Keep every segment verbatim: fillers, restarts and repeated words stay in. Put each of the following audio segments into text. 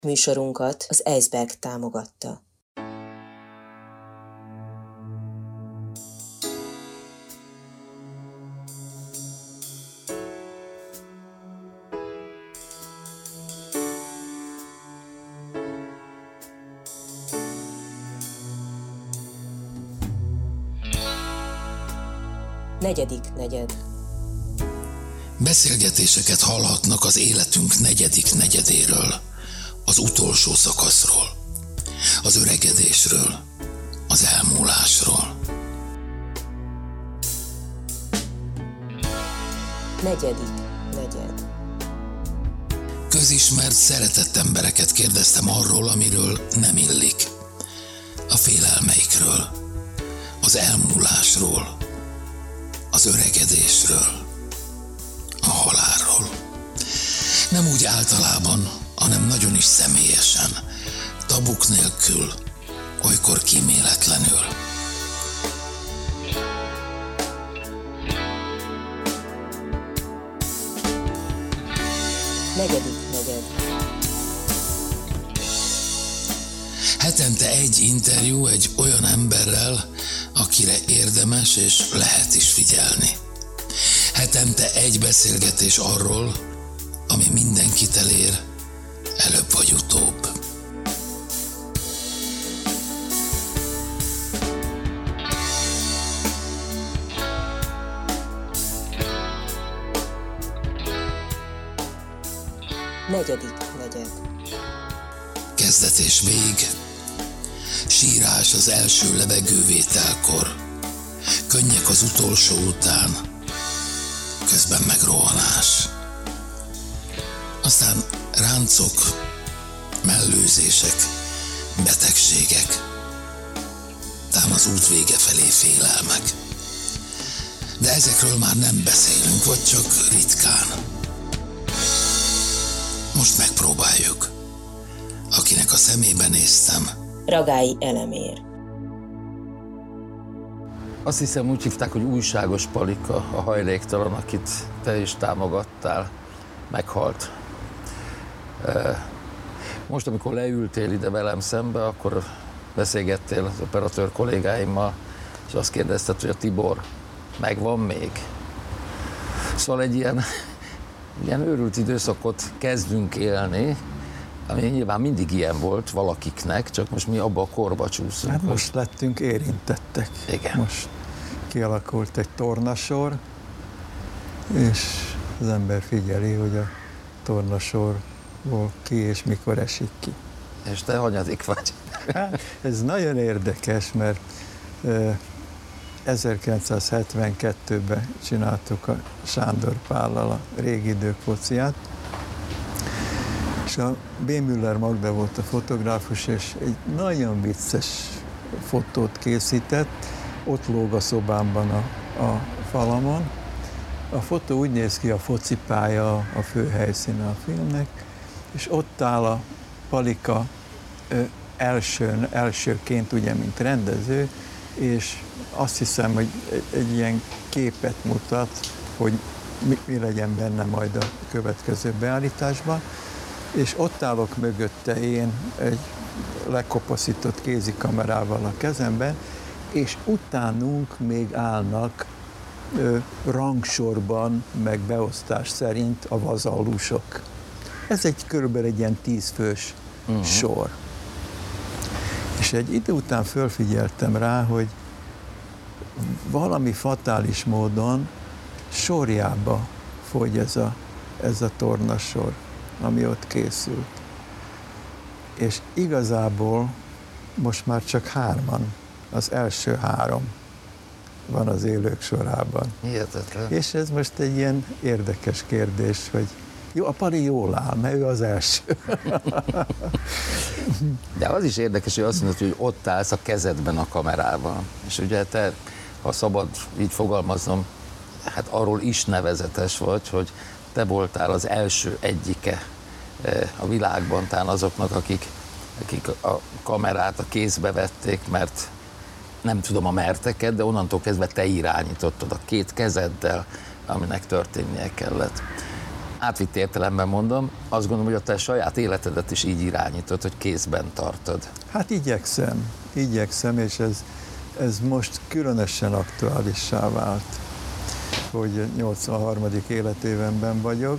Műsorunkat az Iceberg támogatta. Negyedik negyed. Beszélgetéseket hallhatnak az életünk negyedik negyedéről, az utolsó szakaszról, az öregedésről, az elmúlásról. Negyedik negyed. Közismert, szeretett embereket kérdeztem arról, amiről nem illik. A félelmeikről, az elmúlásról, az öregedésről, a halálról. Nem úgy általában, hanem nagyon is személyesen, tabuk nélkül, olykor kíméletlenül. Negyedik negyed. Hetente egy interjú egy olyan emberrel, akire érdemes és lehet is figyelni. Hetente egy beszélgetés arról, ami mindenkit elér, előbb vagy utóbb. Negyedik negyed. Kezdet és vég, sírás az első levegővételkor, könnyek az utolsó után, közben meg rohanás. Aztán ráncok, mellőzések, betegségek, tám az út vége felé félelmek. De ezekről már nem beszélünk, vagy csak ritkán. Most megpróbáljuk. Akinek a szemébe néztem. Ragályi Elemér. Azt hiszem, úgy hívták, hogy Újságos Palika, a hajléktalan, akit te is támogattál, meghalt. Most, amikor leültél ide velem szembe, akkor beszélgettél az operatőr kollégáimmal, és azt kérdezted, hogy a Tibor megvan még. Szóval egy ilyen, ilyen őrült időszakot kezdünk élni, ami nyilván mindig ilyen volt valakiknek, csak most mi abba a korba csúszunk. Hát most lettünk érintettek. Igen. Most kialakult egy tornasor, és az ember figyeli, hogy a tornasorból ki és mikor esik ki. És te hanyadik vagy? Hát, ez nagyon érdekes, mert ezerkilencszázhetvenkettőben csináltuk a Sándor Pállal a régi idők fociát, és a B. Müller Magda volt a fotográfus, és egy nagyon vicces fotót készített, ott lóg a szobámban a, a falamon. A fotó úgy néz ki, a focipálya a fő helyszíne a filmnek, és ott áll a Palika ö, első, elsőként, ugye, mint rendező, és azt hiszem, hogy egy, egy ilyen képet mutat, hogy mi, mi legyen benne majd a következő beállításban. És ott állok mögötte én egy lekopaszított kézikamerával a kezemben, és utánunk még állnak ö, rangsorban, meg beosztás szerint a vazallusok. Ez egy körülbelül egy ilyen tízfős uh-huh. sor. És egy idő után fölfigyeltem rá, hogy valami fatális módon sorjába fogy ez a, ez a tornasor, ami ott készült. És igazából most már csak hárman, az első három van az élők sorában. Hihetetlen. És ez most egy ilyen érdekes kérdés, hogy jó, a Pali jól áll, mert ő az első. De az is érdekes, hogy azt mondod, hogy ott állsz a kezedben a kamerával. És ugye te, ha szabad így fogalmaznom, hát arról is nevezetes vagy, hogy te voltál az első egyike a világban, talán azoknak, akik, akik a kamerát a kézbe vették, mert nem tudom a merteket, de onnantól kezdve te irányítottad a két kezeddel, aminek történnie kellett. átvitt értelemben mondom, azt gondolom, hogy a te saját életedet is így irányítod, hogy kézben tartod. Hát igyekszem, igyekszem, és ez, ez most különösen aktuálissá vált, hogy nyolcvanharmadik életévenben vagyok,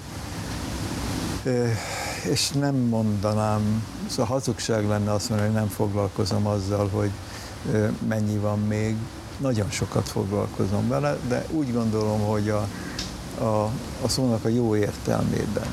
és nem mondanám, szóval hazugság lenne azt mondani, hogy nem foglalkozom azzal, hogy mennyi van még, nagyon sokat foglalkozom vele, de úgy gondolom, hogy a, a, a szónak a jó értelmében.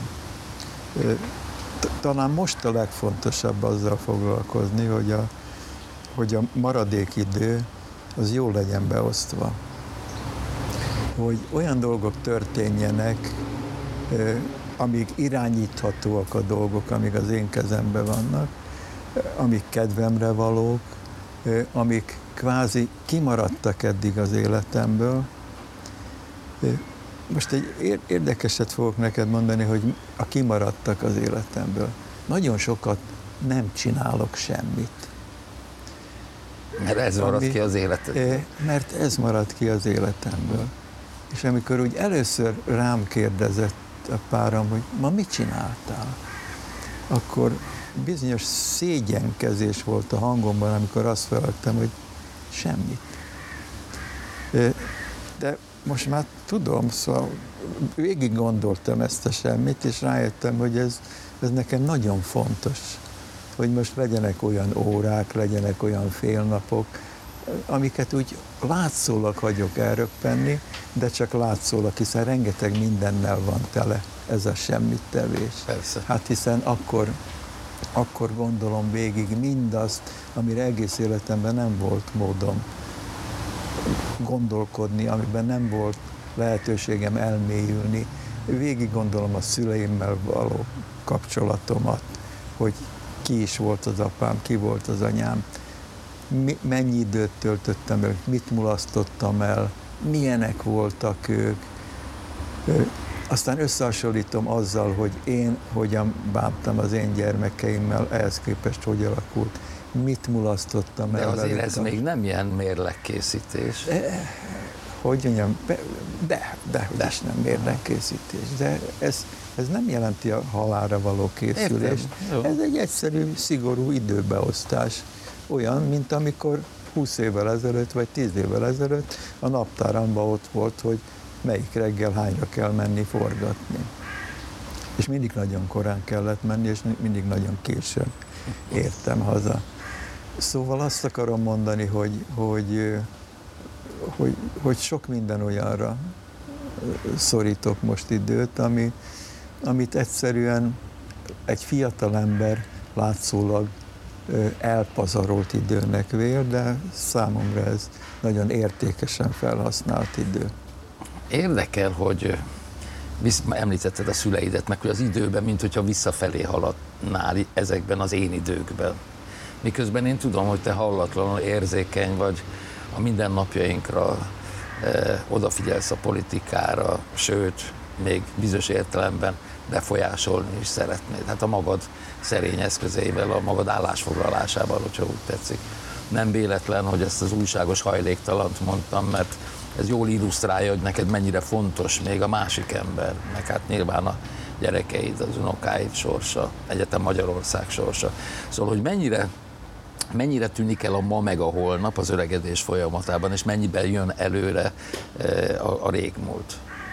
Talán most a legfontosabb azzal foglalkozni, hogy a, hogy a maradék idő az jól legyen beosztva. Hogy olyan dolgok történjenek, amíg irányíthatóak a dolgok, amíg az én kezemben vannak, amik kedvemre valók, amik kvázi kimaradtak eddig az életemből. Most egy érdekeset fogok neked mondani, hogy a kimaradtak az életemből. Nagyon sokat nem csinálok semmit. Mert ez marad Ami, ki az életedből. Mert ez marad ki az életemből. És amikor úgy először rám kérdezett a párom, hogy ma mit csináltál, akkor bizonyos szégyenkezés volt a hangomban, amikor azt feleltem, hogy semmit. De most már tudom, szóval végig gondoltam ezt a semmit, és rájöttem, hogy ez, ez nekem nagyon fontos, hogy most legyenek olyan órák, legyenek olyan félnapok, amiket úgy látszólag hagyok elröppenni, de csak látszólag, hiszen rengeteg mindennel van tele ez a semmit tevés. Persze. Hát hiszen akkor, akkor gondolom végig mindazt, amire egész életemben nem volt módom gondolkodni, amiben nem volt lehetőségem elmélyülni. Végig gondolom a szüleimmel való kapcsolatomat, hogy ki is volt az apám, ki volt az anyám, mi, mennyi időt töltöttem el, mit mulasztottam el, milyenek voltak ők. Aztán összehasonlítom azzal, hogy én hogyan bántam az én gyermekeimmel, ehhez képest hogy alakult, mit mulasztottam el. De azért ez a... még nem ilyen mérlegkészítés. Hogy mondjam, de, de, de, de. is nem mérlegkészítés, de ez, ez nem jelenti a halálra való készülést. Ez egy egyszerű, szigorú időbeosztás. Olyan, mint amikor húsz évvel ezelőtt, vagy tíz évvel ezelőtt a naptáramban ott volt, hogy melyik reggel hányra kell menni forgatni. És mindig nagyon korán kellett menni, és mindig nagyon későn értem haza. Szóval azt akarom mondani, hogy, hogy, hogy, hogy sok minden olyanra szorítok most időt, ami, amit egyszerűen egy fiatal ember látszólag elpazarolt időnek vél, de számomra ez nagyon értékesen felhasznált idő. Érdekel, hogy visz, említetted a szüleidet, meg hogy az időben, mint hogyha visszafelé haladnál ezekben az én időkben. Miközben én tudom, hogy te hallatlanul érzékeny vagy a mindennapjainkra, eh, odafigyelsz a politikára, sőt, még bizonyos értelemben befolyásolni is szeretnéd. Hát a magad szerény eszközeivel, a magad állásfoglalásával, hogyha úgy tetszik. Nem véletlen, hogy ezt az újságos hajléktalant mondtam, mert ez jól illusztrálja, hogy neked mennyire fontos még a másik ember, meg hát nyilván a gyerekeid, az unokáid sorsa, egyetem Magyarország sorsa. Szóval, hogy mennyire, mennyire tűnik el a ma meg a holnap az öregedés folyamatában, és mennyiben jön előre a, a régmúlt?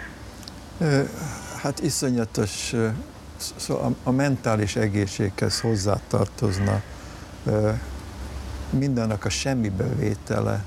Hát iszonyatos, szóval a mentális egészséghez hozzátartozna mindennek a semmibevétele,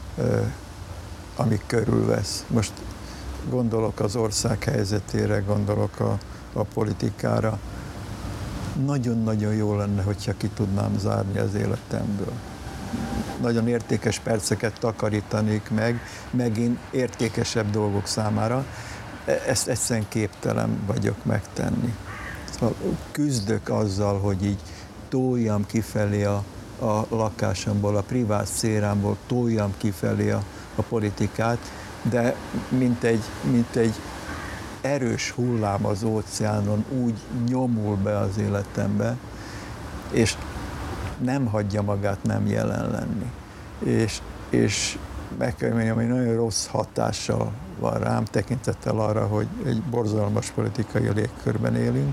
ami körülvesz. Most gondolok az ország helyzetére, gondolok a, a politikára. Nagyon-nagyon jó lenne, hogyha ki tudnám zárni az életemből. Nagyon értékes perceket takarítanék meg, megint értékesebb dolgok számára. Ezt egyszerűen képtelen vagyok megtenni. Szóval küzdök azzal, hogy így toljam kifelé a, a lakásomból, a privát szférámból, toljam kifelé a, a politikát, de mint egy, mint egy erős hullám az óceánon úgy nyomul be az életembe, és nem hagyja magát nem jelen lenni. És, és meg kell mondjam, hogy nagyon rossz hatással van rám, tekintettel arra, hogy egy borzalmas politikai légkörben élünk.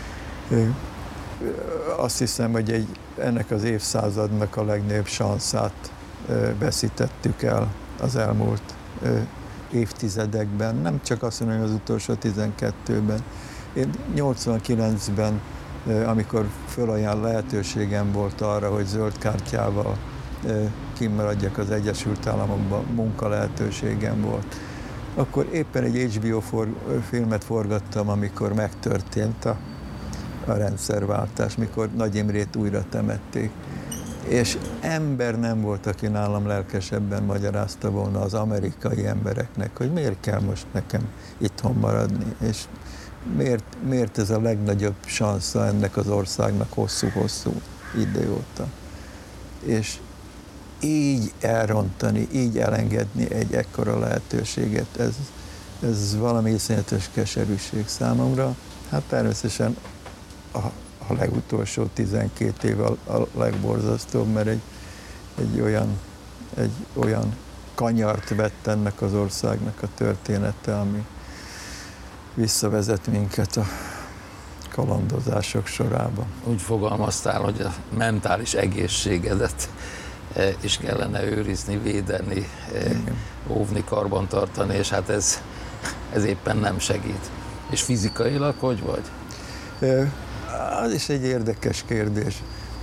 Azt hiszem, hogy egy, ennek az évszázadnak a legnagyobb sanszát veszítettük el az elmúlt évtizedekben, nem csak azt mondom, hogy az utolsó tizenkettőben. Én nyolcvankilencben, amikor fölajánl lehetőségem volt arra, hogy zöld kártyával kimaradjak az Egyesült Államokban, munka lehetőségem volt, akkor éppen egy há bé o for, filmet forgattam, amikor megtörtént a, a rendszerváltás, mikor Nagy Imrét újra temették. És ember nem volt, aki nálam lelkesebben magyarázta volna az amerikai embereknek, hogy miért kell most nekem itthon maradni, és miért, miért ez a legnagyobb sansza ennek az országnak hosszú-hosszú idő óta. És így elrontani, így elengedni egy ekkora lehetőséget, ez, ez valami iszonyatos keserűség számomra. Hát természetesen a, a legutolsó tizenkét év a, a legborzasztóbb, mert egy, egy, olyan, egy olyan kanyart vett ennek az országnak a története, ami visszavezet minket a kalandozások sorába. Úgy fogalmaztál, hogy a mentális egészségedet is kellene őrizni, védeni, igen, óvni, karbantartani, és hát ez, ez éppen nem segít. És fizikailag hogy vagy? Az is egy érdekes kérdés.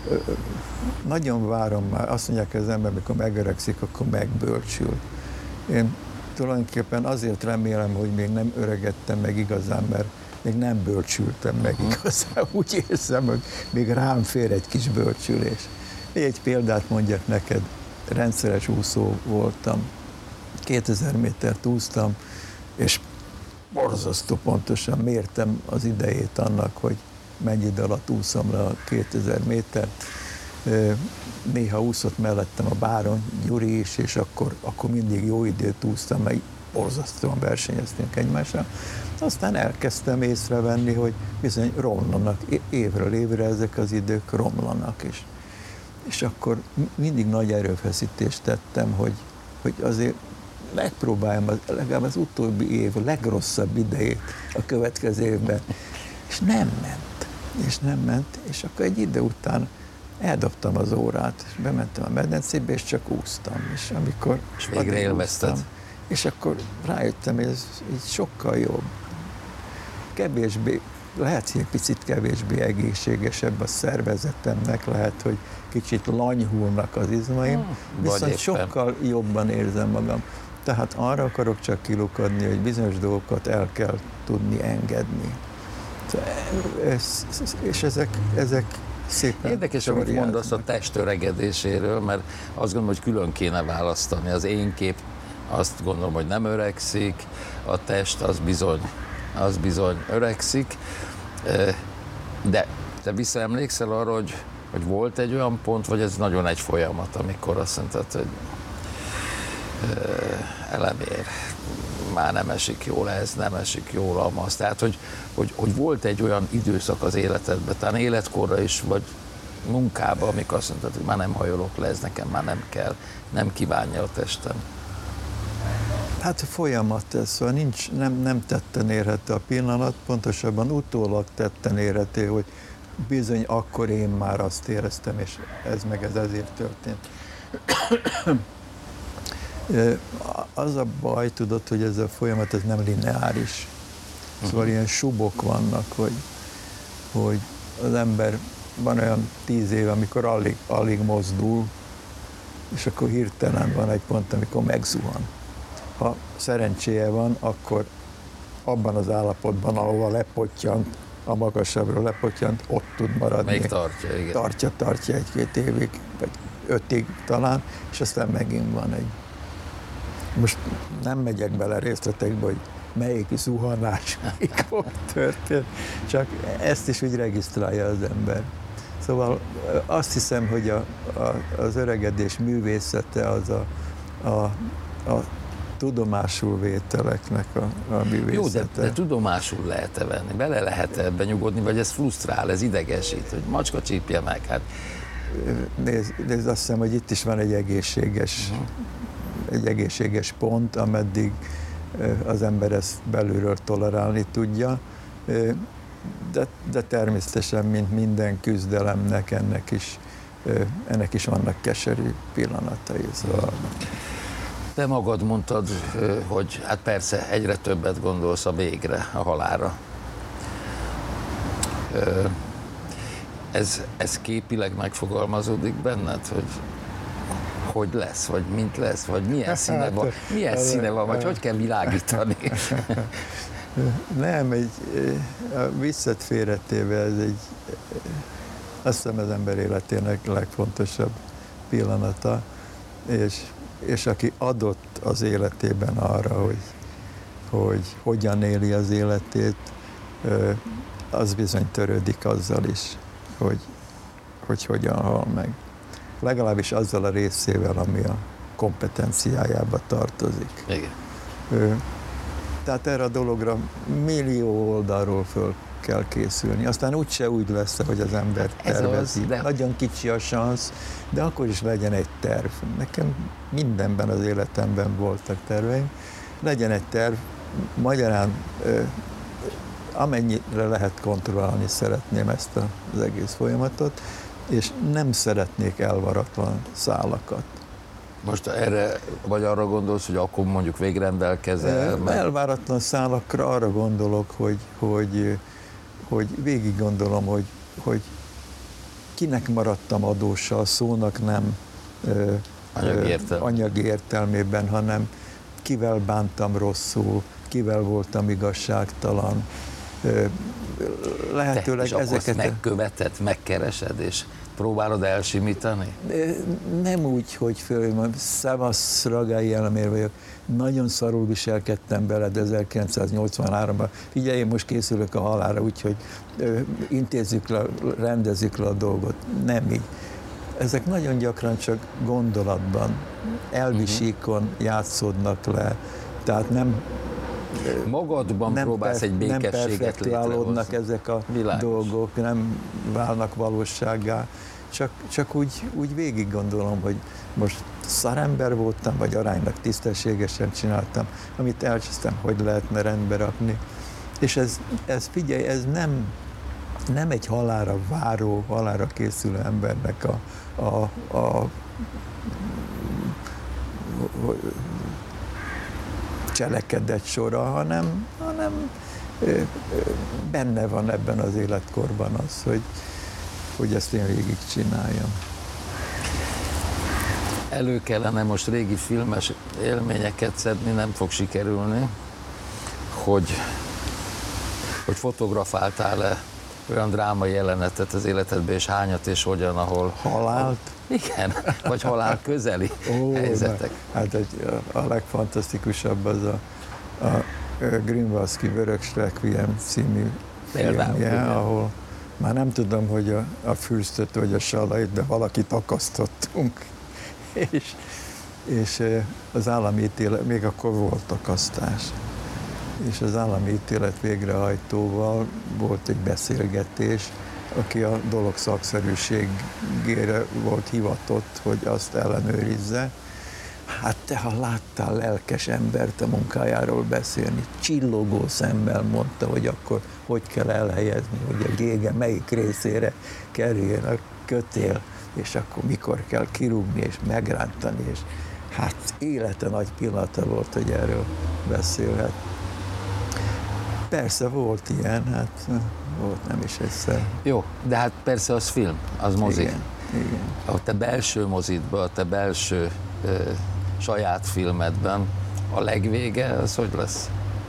Nagyon várom már, azt mondják az ember, amikor megöregszik, akkor megbölcsül. Én tulajdonképpen azért remélem, hogy még nem öregedtem meg igazán, mert még nem bölcsültem meg igazán. Úgy érzem, hogy még rám fér egy kis bölcsülés. Egy példát mondjak neked, rendszeres úszó voltam, kétezer métert úsztam, és borzasztó pontosan mértem az idejét annak, hogy mennyi idő alatt úszom le a kétezer métert. Néha úszott mellettem a Báron Gyuri is, és akkor, akkor mindig jó időt úsztam, mert borzasztóan versenyeztünk egymással. Aztán elkezdtem észrevenni, hogy bizony romlanak, évről évre ezek az idők romlanak is. És akkor mindig nagy erőfeszítést tettem, hogy, hogy azért megpróbáljam az, legalább az utóbbi év legrosszabb idejét a következő évben. És nem ment. És nem ment. És akkor egy idő után eldobtam az órát, és bementem a medencébe, és csak úsztam. És amikor és végre élvezted. És akkor rájöttem, hogy ez így sokkal jobb. Kevésbé, lehet, hogy egy picit kevésbé egészségesebb a szervezetemnek, lehet, hogy kicsit lanyhulnak az izmaim, hmm, viszont sokkal jobban érzem magam. Tehát arra akarok csak kilukadni, hogy bizonyos dolgokat el kell tudni engedni. Ez, és ezek, ezek szépen... Érdekes, amit mondasz a test öregedéséről, mert azt gondolom, hogy külön kéne választani. Az én kép azt gondolom, hogy nem öregszik, a test az bizony, az bizony öregszik, de te visszaemlékszel arra, hogy, hogy volt egy olyan pont, vagy ez nagyon egy folyamat, amikor azt mondtad, hogy Elemér, már nem esik jól ez, nem esik jól amaz. Tehát, hogy, hogy, hogy volt egy olyan időszak az életedben, talán életkorra is, vagy munkában, amikor azt mondtad, hogy már nem hajolok le, ez nekem már nem kell, nem kívánja a testem. Hát folyamat ez, szóval nincs, nem, nem tetten érhető a pillanat, pontosabban utólag tetten érhető, hogy bizony akkor én már azt éreztem, és ez meg ez ezért történt. Az a baj, tudod, hogy ez a folyamat ez nem lineáris. Szóval uh-huh. ilyen subok vannak, hogy, hogy az ember van olyan tíz év, amikor alig, alig mozdul, és akkor hirtelen van egy pont, amikor megzuhan. Ha szerencséje van, akkor abban az állapotban, ahova lepottyant, a magasabbra lepottyant, ott tud maradni. Még tartja, igen. Tartja, tartja egy-két évig, vagy ötig talán, és aztán megint van egy. Most nem megyek bele részletekbe, hogy melyik zuhanás mikor történt, csak ezt is úgy regisztrálja az ember. Szóval azt hiszem, hogy a, a, az öregedés művészete az a, a, a tudomásul vételeknek a, a művészete. Jó, de, de tudomásul lehet-e venni? Bele lehet ebbe nyugodni, vagy ez frusztrál, ez idegesít, hogy macska csípje meg? Hát. Nézd, nézd, azt hiszem, hogy itt is van egy egészséges uh-huh. egy egészséges pont, ameddig az ember ezt belülről tolerálni tudja, de, de természetesen, mint minden küzdelemnek, ennek is, ennek is vannak keserű pillanatai. Szóval. Te magad mondtad, hogy hát persze egyre többet gondolsz a végre, a halálra. Ez, ez képileg megfogalmazódik benned, hogy hogy lesz, vagy mint lesz, vagy milyen színe van, milyen színe van, vagy hogy kell világítani? Nem, egy visszat félretéve, ez egy, azt hiszem az ember életének legfontosabb pillanata, és, és aki adott az életében arra, hogy, hogy hogyan éli az életét, az bizony törődik azzal is, hogy, hogy hogyan hal meg. Legalábbis azzal a részével, ami a kompetenciájába tartozik. Igen. Tehát erre a dologra millió oldalról föl kell készülni. Aztán úgyse úgy lesz, hogy az ember tervezi. Az, de... Nagyon kicsi a szansz, de akkor is legyen egy terv. Nekem mindenben az életemben voltak terveim. Legyen egy terv, magyarán amennyire lehet kontrollálni szeretném ezt az egész folyamatot, és nem szeretnék elvaratlan szálakat. Most erre, vagy arra gondolsz, hogy akkor mondjuk végrendelkezel? Meg... Elváratlan szálakra arra gondolok, hogy, hogy, hogy végig gondolom, hogy, hogy kinek maradtam adóssal, a szónak nem anyagi, értelme. anyagi értelmében, hanem kivel bántam rosszul, kivel voltam igazságtalan. Lehetőleg Te, és ezeket... megköveted, megkeresed, és próbálod elsimítani? Nem úgy, hogy föl, Szevasz Ragai Elemér vagyok, nagyon szarul viselkedtem beled ezerkilencszáznyolcvanháromban. Figyelj, én most készülök a halálra, úgyhogy intézzük le, rendezzük le a dolgot. Nem így. Ezek nagyon gyakran csak gondolatban, elvisíkon játszódnak le, tehát nem magadban nem próbálsz egy békességet létrehozni. Ezek a Világos. dolgok, nem válnak valósággá. Csak, csak úgy, úgy végig gondolom, hogy most szarember voltam, vagy aránylag tisztességesen csináltam, amit elcsesztem, hogy lehetne rendbe rakni. És ez, ez figyelj, ez nem, nem egy halálra váró, halálra készülő embernek a, a, a cselekedet sora, hanem, hanem benne van ebben az életkorban az, hogy, hogy ezt én végig csináljam. Elő kellene most régi filmes élményeket szedni, nem fog sikerülni, hogy, hogy fotografáltál-e olyan drámai jelenetet az életedben, és hányat és hogyan, ahol... Halált? Igen, vagy halál közeli Ó, helyzetek. Hát egy, a legfantasztikusabb az a, a Grünwaldzki Vörös Requiem című filmje, ahol már nem tudom, hogy a, a fürstöt vagy a salait, de valakit akasztottunk. és, és az állami ítélet, még akkor volt akasztás. És az állami ítélet végrehajtóval volt egy beszélgetés, aki a dolog szakszerűségére volt hivatott, hogy azt ellenőrizze. Hát te, ha láttál lelkes embert a munkájáról beszélni, csillogó szemmel mondta, hogy akkor hogy kell elhelyezni, hogy a gége melyik részére kerüljön a kötél, és akkor mikor kell kirúgni és megrántani, és hát élete nagy pillanata volt, hogy erről beszélhet. Persze volt ilyen, hát volt nem is egyszer. Jó, de hát persze az film, az mozi. Igen, igen. A te belső mozidban, a te belső ö, saját filmedben a legvége, az hogy lesz?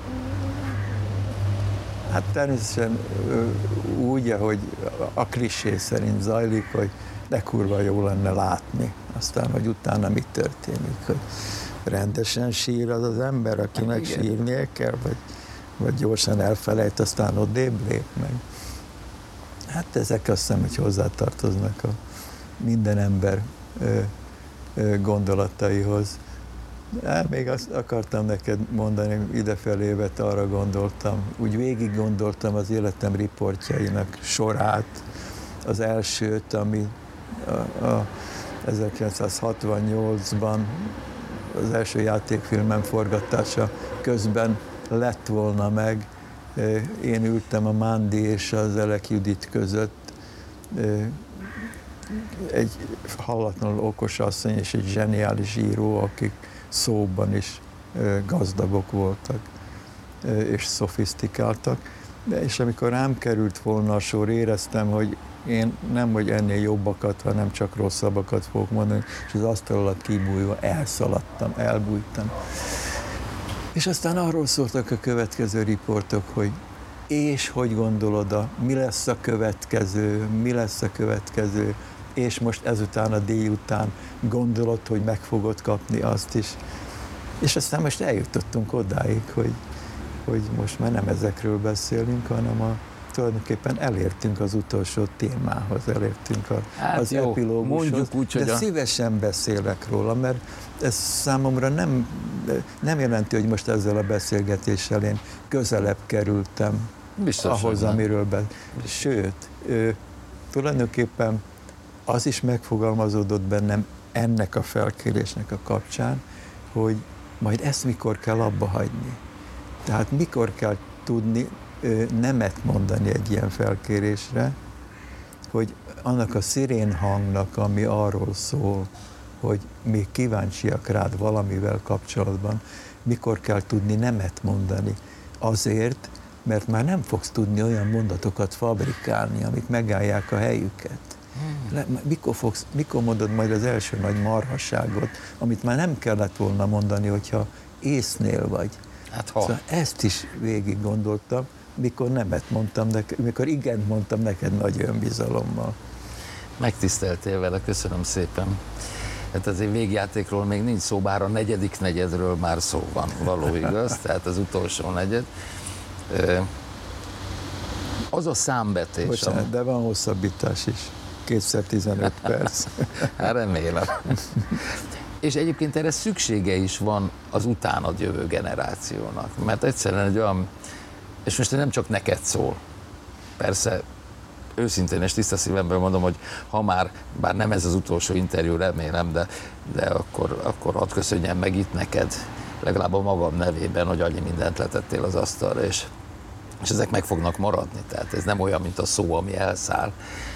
Hát természetesen úgy, ahogy a klisé szerint zajlik, hogy de kurva jó lenne látni. Aztán, hogy utána mi történik, hogy rendesen sír az az ember, akinek hát sírnie kell, vagy, vagy gyorsan elfelejt, aztán odébb lép meg. Hát ezek azt hiszem, hogy hozzátartoznak a minden ember ö, ö, gondolataihoz. Hát még azt akartam neked mondani, idefelévet arra gondoltam, úgy végig gondoltam az életem riportjainak sorát, az elsőt, ami a, a ezerkilencszázhatvannyolcban az első játékfilmem forgatása közben lett volna meg. Én ültem a Mándi és az Elek Judit között, egy hallatlanul okos asszony és egy zseniális író, akik szóban is gazdagok voltak és szofisztikáltak. De és amikor rám került volna a sor, éreztem, hogy én nem, hogy ennél jobbakat, hanem csak rosszabbakat fogok mondani, és az asztal alatt kibújva elszaladtam, elbújtam. És aztán arról szóltak a következő riportok, hogy és hogy gondolod, a, mi lesz a következő, mi lesz a következő, és most ezután a díj után gondolod, hogy meg fogod kapni azt is. És aztán most eljutottunk odáig, hogy, hogy most már nem ezekről beszélünk, hanem a, tulajdonképpen elértünk az utolsó témához, elértünk a, hát az jó, epilógushoz, úgy, de a... szívesen beszélek róla, mert ez számomra nem, nem jelenti, hogy most ezzel a beszélgetéssel én közelebb kerültem biztos, ahhoz, amiről beszélünk. Sőt, ö, tulajdonképpen az is megfogalmazódott bennem ennek a felkérésnek a kapcsán, hogy majd ezt mikor kell abba hagyni. Tehát mikor kell tudni ö, nemet mondani egy ilyen felkérésre, hogy annak a szirén hangnak, ami arról szól, hogy még kíváncsiak rád valamivel kapcsolatban, mikor kell tudni nemet mondani. Azért, mert már nem fogsz tudni olyan mondatokat fabrikálni, amik megállják a helyüket. Hmm. Mikor, fogsz, mikor mondod majd az első nagy marhasságot, amit már nem kellett volna mondani, hogyha észnél vagy. Hát ha. Szóval ezt is végig gondoltam, mikor nemet mondtam neked, mikor igent mondtam neked nagy önbizalommal. Megtiszteltél vele, köszönöm szépen. Hát azért végjátékról még nincs szó, bár a negyedik negyedről már szó van, való igaz, tehát az utolsó negyed. Az a számbetés... Bocsánat, am... de van hosszabbítás is, kétszer tizenöt perc. Hát remélem. És egyébként erre szüksége is van az utánad jövő generációnak, mert egyszerűen egy olyan, és most nem csak neked szól, persze őszintén és tiszta szívemből mondom, hogy ha már, bár nem ez az utolsó interjú, remélem, de, de akkor, akkor hadd köszönjem meg itt neked, legalább a magam nevében, hogy annyi mindent letettél az asztalra, és, és ezek meg fognak maradni, tehát ez nem olyan, mint a szó, ami elszáll.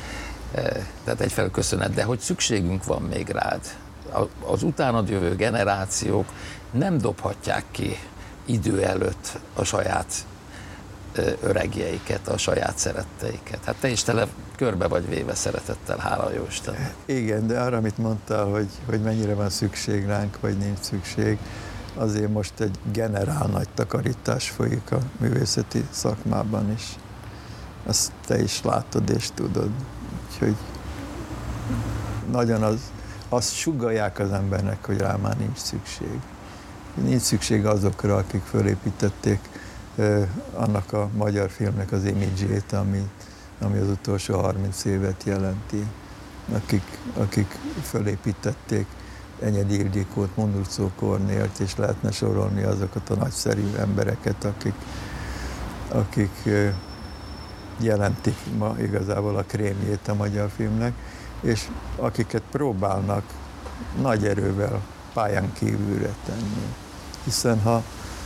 Tehát egyfelől köszönet, de hogy szükségünk van még rád. Az utánad jövő generációk nem dobhatják ki idő előtt a saját öregjeiket, a saját szeretteiket. Hát te is tele körbe vagy véve szeretettel, hála jó Isten. Igen, de arra, amit mondtál, hogy, hogy mennyire van szükség ránk, vagy nincs szükség, azért most egy generál nagy takarítás folyik a művészeti szakmában is. Azt te is látod és tudod. Úgyhogy nagyon az, azt sugallják az embernek, hogy rá már nincs szükség. Nincs szükség azokra, akik fölépítették eh, annak a magyar filmnek az imidzsét, ami, ami az utolsó harminc évet jelenti. Akik, akik fölépítették Enyedi Ildikót, Mundruczó Kornélt, és lehetne sorolni azokat a nagyszerű embereket, akik, akik eh, jelentik ma igazából a krémjét a magyar filmnek, és akiket próbálnak nagy erővel pályán kívülre tenni. Hiszen ha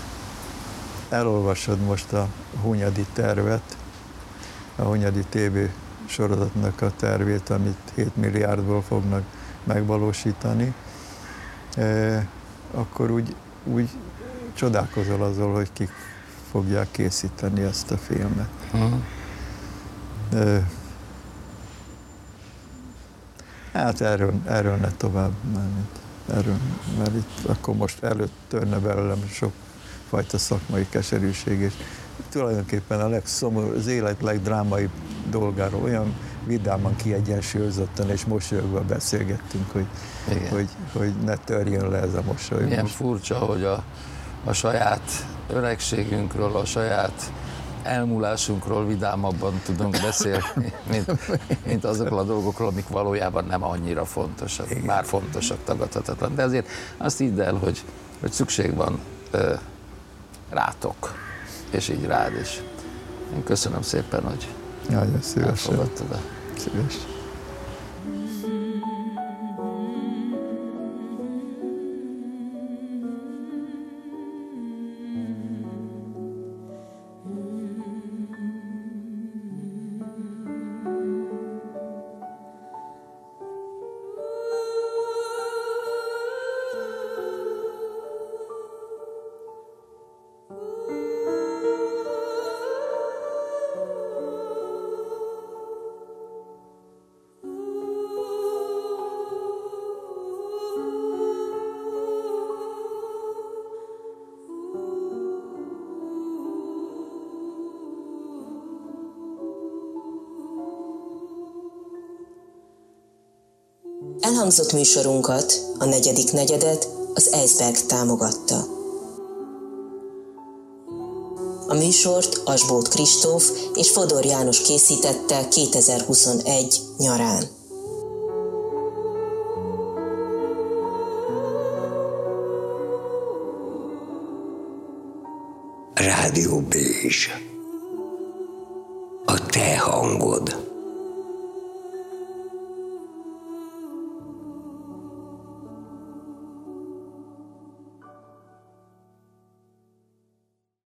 elolvasod most a Hunyadi tervet, a Hunyadi té vé sorozatnak a tervét, amit hét milliárdból fognak megvalósítani, eh, akkor úgy, úgy csodálkozol azon, hogy kik fogják készíteni ezt a filmet. Uh-huh. eh, Hát erről, erről ne tovább menni. Erről, mert itt akkor most előtt törne belőlem sokfajta szakmai keserűség, és tulajdonképpen a legszomorú, az élet legdrámaibb dolgáról olyan vidáman, kiegyensúlyozottan és mosolyogva beszélgettünk, hogy, hogy, hogy ne törjön le ez a mosoly. Milyen furcsa, hogy a, a saját öregségünkről, a saját elmúlásunkról vidámabban tudunk beszélni, mint, mint azokról a dolgokról, amik valójában nem annyira fontosak, igen. Már fontosak, tagadhatatlan. De azért azt hidd el, hogy, hogy szükség van ö, rátok, és így rád is. Én köszönöm szépen, hogy elfogadtad. Szívesen. Elhangzott műsorunkat, a negyedik negyedet az Eisberg támogatta. A műsort Asbóth Kristóf és Fodor János készítette kétezer-huszonegy nyarán. Rádió Bézs. A te hangod.